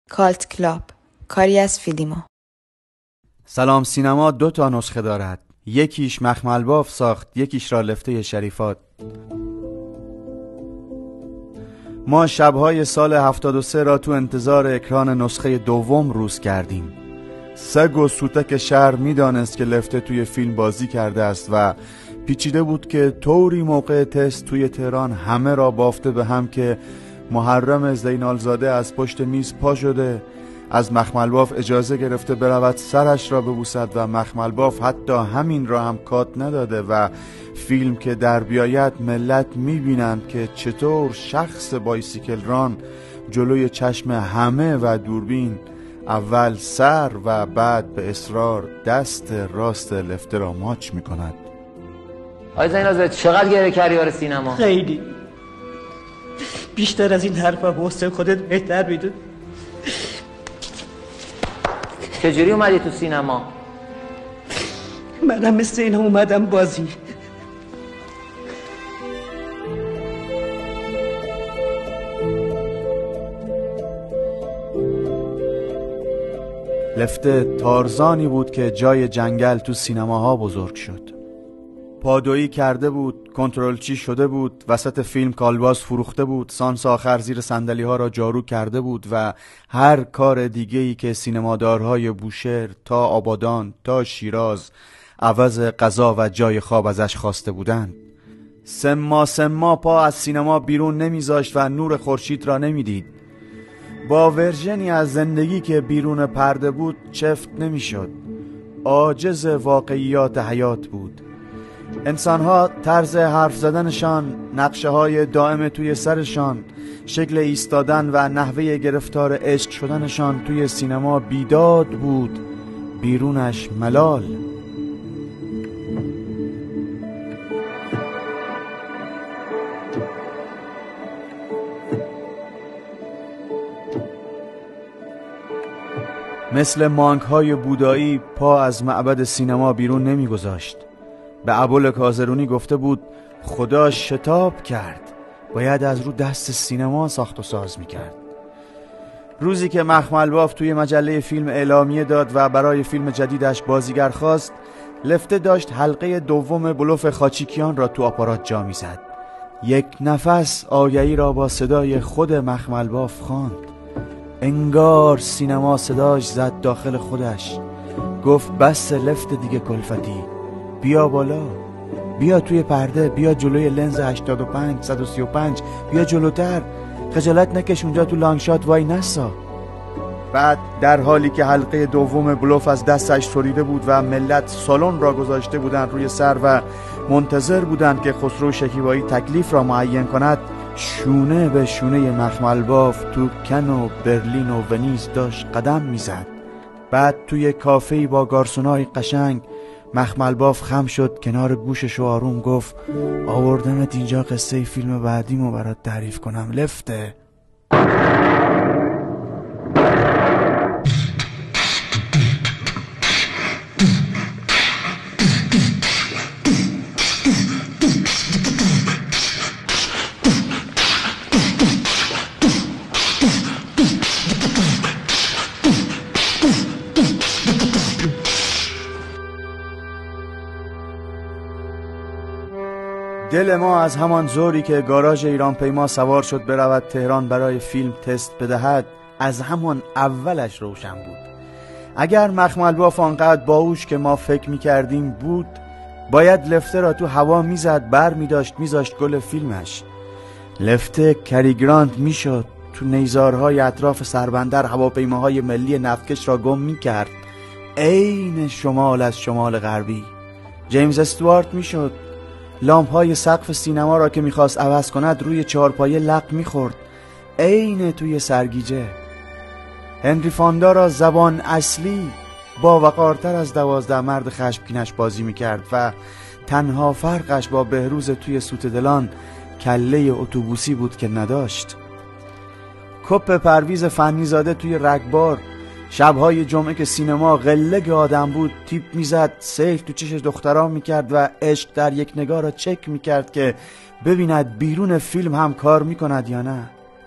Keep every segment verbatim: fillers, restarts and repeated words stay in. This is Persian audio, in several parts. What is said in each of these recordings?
کالت کلاب، کاری از فیلیمو. سلام سینما دو تا نسخه دارد، یکیش مخمل باف ساخت، یکیش را لفته شریفات. ما شبهای سال هفتاد و سه را تو انتظار اکران نسخه دوم روز کردیم. سگ و سوتک شهر میدانست که لفته توی فیلم بازی کرده است و پیچیده بود که طوری موقع تست توی تهران همه را بافته به هم که محرم زینالزاده از پشت میز پا شده، از مخمل باف اجازه گرفته برود سرش را ببوسد و مخمل باف حتی همین را هم کات نداده و فیلم که در بیاید ملت میبینند که چطور شخص بایسیکل ران جلوی چشم همه و دوربین اول سر و بعد به اصرار دست راست لفته را ماچ میکند. آی زینالزاده چقدر گره کردی برای سینما؟ خیلی بیشتر از این حرفا حسین خودت بهتر میدون. چجوری اومدی تو سینما؟ منم مثل اینا اومدم بازی. لفته تارزانی بود که جای جنگل تو سینماها بزرگ شد. پادویی کرده بود، کنترلچی شده بود، وسط فیلم کالباس فروخته بود، سانس آخر زیر صندلی ها را جارو کرده بود و هر کار دیگه‌ای که سینمادارهای بوشهر تا آبادان تا شیراز عوض غذا و جای خواب ازش خواسته بودند. سما سما پا از سینما بیرون نمیذاشت و نور خورشید را نمیدید. با ورژنی از زندگی که بیرون پرده بود چفت نمیشد. عاجز واقعیات حیات بود. انسانها طرز حرف زدنشان، نقشه های دائم توی سرشان، شکل ایستادن و نحوه گرفتار عشق شدنشان توی سینما بیداد بود، بیرونش ملال. مثل مانک های بودایی پا از معبد سینما بیرون نمی گذاشت. به ابوال کازرونی گفته بود خدا شتاب کرد، باید از رو دست سینما ساخت و ساز میکرد. روزی که مخمل باف توی مجله فیلم اعلامیه داد و برای فیلم جدیدش بازیگر خواست، لفته داشت حلقه دوم بلوف خاچیکیان را تو آپارات جا میزد. یک نفس آگهی را با صدای خود مخمل باف خواند. انگار سینما صداش زد داخل خودش، گفت بس لفت دیگه کلفتی، بیا بالا، بیا توی پرده، بیا جلوی لنز هشتاد و پنج صد و سی و پنج، بیا جلوتر، خجالت نکش اونجا تو لانگشات وای نسا. بعد در حالی که حلقه دوم بلوف از دستش سریده بود و ملت سالن را گذاشته بودند روی سر و منتظر بودند که خسرو شکیبایی تکلیف را معین کند، شونه به شونه مخمل باف تو کن و برلین و ونیز داشت قدم میزد. بعد توی کافه‌ای با گارسونای قشنگ مخمل باف خم شد کنار گوشش و آروم گفت آوردمت اینجا قصه فیلم بعدیمو برات تعریف کنم لفته. دل ما از همان زوری که گاراژ ایران پیما سوار شد برود تهران برای فیلم تست بدهد از همان اولش روشن بود. اگر مخمل باف آنقدر باهوش که ما فکر میکردیم بود، باید لفته را تو هوا میزد، بر میداشت میذاشت گل فیلمش. لفته کریگرانت میشد، تو نیزارهای اطراف سربندر هواپیماهای ملی نفتکش را گم میکرد، عین شمال از شمال غربی. جیمز استوارت میشد، لامپ های سقف سینما را که میخواست عوض کند روی چهارپایه لق میخورد، عین توی سرگیجه. هنری فاندا را زبان اصلی با وقارتر از دوازده مرد خشمگینش بازی میکرد و تنها فرقش با بهروز توی سوت دلان کله اتوبوسی بود که نداشت. کپ پرویز فنیزاده توی رگبار، شبهای جمعه که سینما قلق آدم بود، تیپ میزد، سیف تو چش دختران میکرد و عشق در یک نگاه را چک میکرد که ببیند بیرون فیلم هم کار میکند یا نه.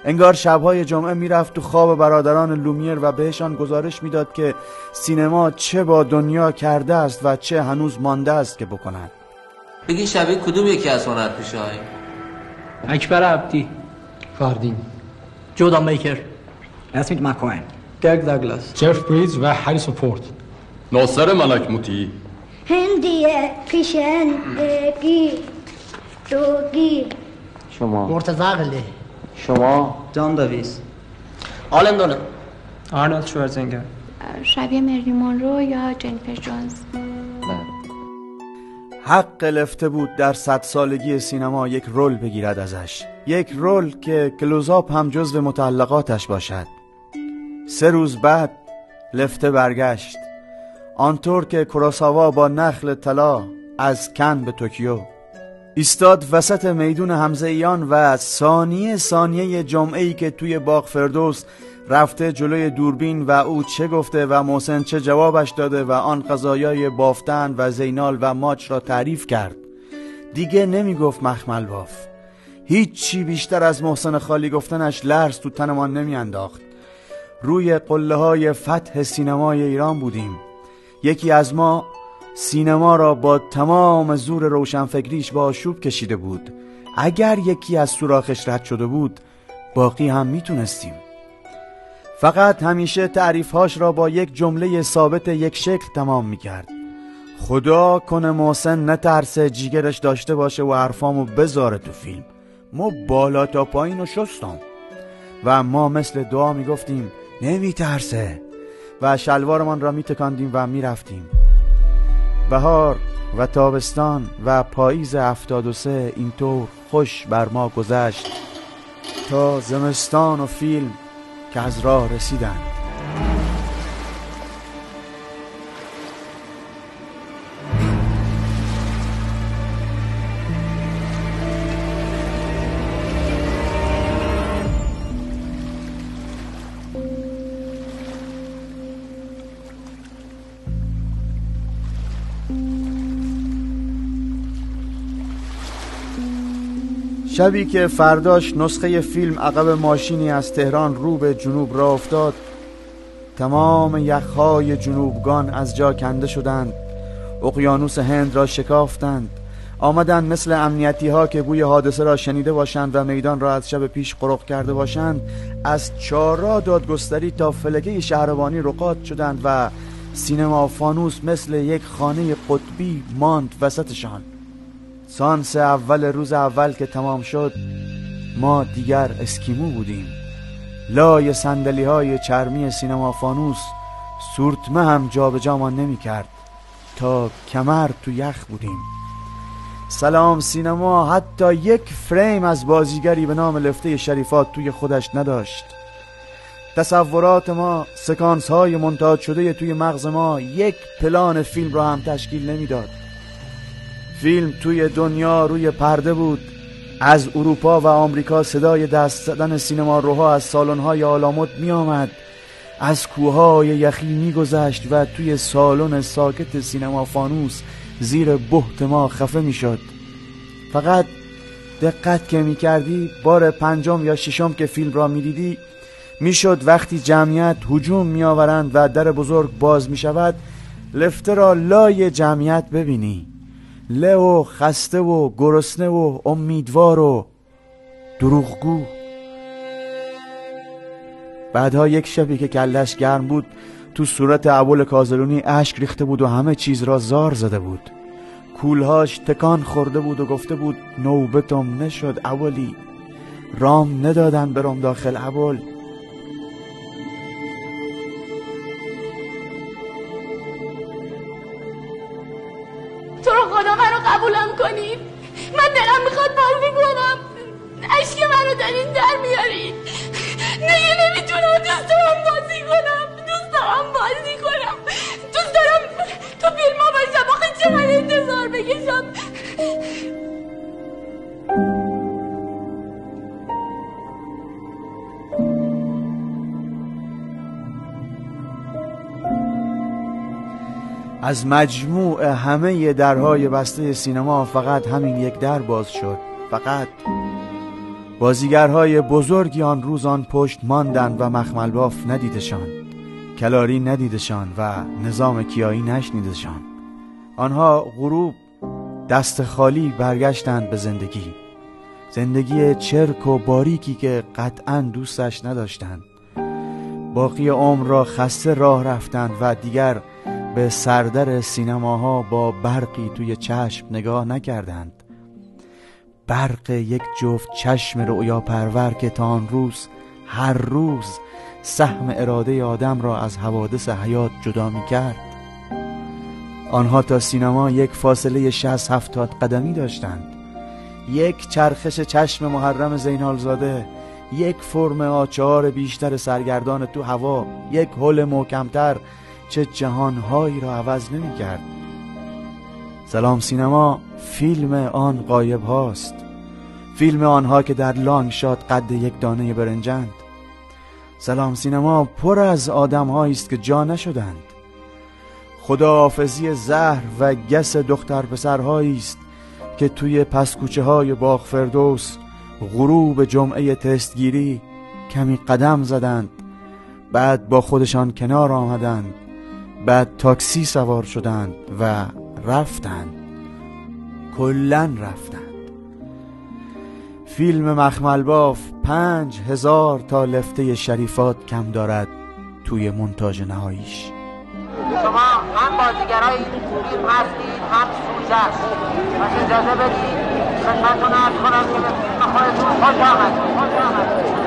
انگار شبهای جمعه میرفت تو خواب برادران لومیر و بهشان گزارش میداد که سینما چه با دنیا کرده است و چه هنوز مانده است که بکنند. بگین شبیه کدوم یکی از هنرپیشه‌های؟ اکبر عبدی، فاردین، جردان بیکر، اسمیت مک‌کوئن، گرگ داگلاس، جف بریدز و هریسون فورد. ناصر ملک موتی، هندیه، پیشندگی، دوگی. شما مرتضی قلی، شما جان داویس، آلن دولن، آرنولد شوارزنگر، شبیه مری مونرو یا جنیفر جونز. حق لفته بود در صد سالگی سینما یک رول بگیرد ازش، یک رول که کلوزآپ هم جزو متعلقاتش باشد. سه روز بعد لفته برگشت، آنطور که کوروساوا با نخل طلا از کن به توکیو ایستاد وسط میدون همزهیان و ثانیه ثانیه جمعه‌ای که توی باغ فردوس رفته جلوی دوربین و او چه گفته و محسن چه جوابش داده و آن قضایای بافتن و زینال و ماچ را تعریف کرد. دیگه نمی گفت مخمل باف. هیچ چی بیشتر از محسن خالی گفتنش لرز تو تنمان نمی انداخت. روی قله های فتح سینمای ایران بودیم. یکی از ما سینما را با تمام زور روشنفکریش با آشوب کشیده بود. اگر یکی از سوراخش رد شده بود باقی هم میتونستیم. فقط همیشه تعریفهاش را با یک جمله ثابت یک شکل تمام میکرد: خدا کنه محسن نترسه جیگرش داشته باشه و حرفامو بذاره تو فیلم. ما بالا تا پایین و شستم و ما مثل دعا میگفتیم نمیترسه و شلوارمان را میتکاندیم و میرفتیم. بهار و تابستان و پاییز هفتاد و سه اینطور خوش بر ما گذشت تا زمستان و فیلم که از راه رسیدند. شبی که فرداش نسخه فیلم عقب ماشینی از تهران رو به جنوب را افتاد، تمام یخهای جنوبگان از جا کنده شدند، اقیانوس هند را شکافتند، آمدند مثل امنیتی ها که بوی حادثه را شنیده باشند و میدان را از شب پیش قرق کرده باشند، از چهارراه دادگستری تا فلکه شهربانی رقاط شدند و سینما فانوس مثل یک خانه قطبی ماند وسطشان. سانس اول روز اول که تمام شد ما دیگر اسکیمو بودیم. لای صندلی های چرمی سینما فانوس سورتمه هم جا به جا ما نمی کرد. تا کمر تو یخ بودیم. سلام سینما حتی یک فریم از بازیگری به نام لفته شریفات توی خودش نداشت. تصورات ما، سکانس های مونتاژ شده توی مغز ما یک پلان فیلم را هم تشکیل نمیداد. فیلم توی دنیا روی پرده بود. از اروپا و آمریکا صدای دست زدن سینما روها از سالن‌های آلاموت می آمد، از کوههای یخی می گذشت و توی سالن ساکت سینما فانوس زیر بهت ما خفه می شد. فقط دقت که می کردی بار پنجم یا ششم که فیلم را می دیدی می شد وقتی جمعیت هجوم می آورند و در بزرگ باز می شود لفته را لای جمعیت ببینی، له و خسته و گرسنه و امیدوار و دروغگو. بعدها یک شبی که کلش گرم بود تو صورت ابوال کازرونی اشک ریخته بود و همه چیز را زار زده بود. کولهاش تکان خورده بود و گفته بود نوبتم نشد ابولی، رام ندادن برام داخل ابوال. تو رو خدا منو قبولم کنید، من دلم میخواد بازی کنم، عشق منو دارین در میارین، نگه نمیتونم، دوست دارم بازی کنم، دوست دارم بازی کنم، دوست دارم تو فیلم ها باشم. آخه چقدر انتظار بکشم. از مجموع همه درهای بسته سینما فقط همین یک در باز شد. فقط بازیگرهای بزرگی آن روز آن پشت ماندند و مخمل باف ندیدشان، کلاری ندیدشان و نظام کیایی نشنیدشان. آنها غروب دست خالی برگشتند به زندگی، زندگی چرک و باریکی که قطعاً دوستش نداشتند. باقی عمر را خسته راه رفتند و دیگر به سردر سینماها با برقی توی چشم نگاه نکردند. برق یک جفت چشم رؤیا پرور که تا آن روز هر روز سهم اراده آدم را از حوادث حیات جدا می کرد. آنها تا سینما یک فاصله شصت هفتاد قدمی داشتند. یک چرخش چشم محرم زینالزاده، یک فرم آچار بیشتر سرگردان تو هوا، یک هول محکمتر چه جهانهایی را عوض نمی کرد. سلام سینما فیلم آن غایب هاست، فیلم آنها که در لانگ شات قد یک دانه برنجند. سلام سینما پر از آدم هایی است که جا نشدند. خداحافظی زهر و گس دختر پسرهایی است که توی پسکوچه های باغ فردوس غروب جمعه تستگیری کمی قدم زدند، بعد با خودشان کنار آمدند، بعد تاکسی سوار شدند و رفتند، کلن رفتند. فیلم مخمل باف پنج هزار تا لفته شریفات کم دارد توی مونتاژ نهاییش. شما هم بازیگرای این فیلم هستید هم سوژه. پس اجازه بدید خدمتتون عرض کنم که به فیلم خودتون خوش آمد. خوش آمد.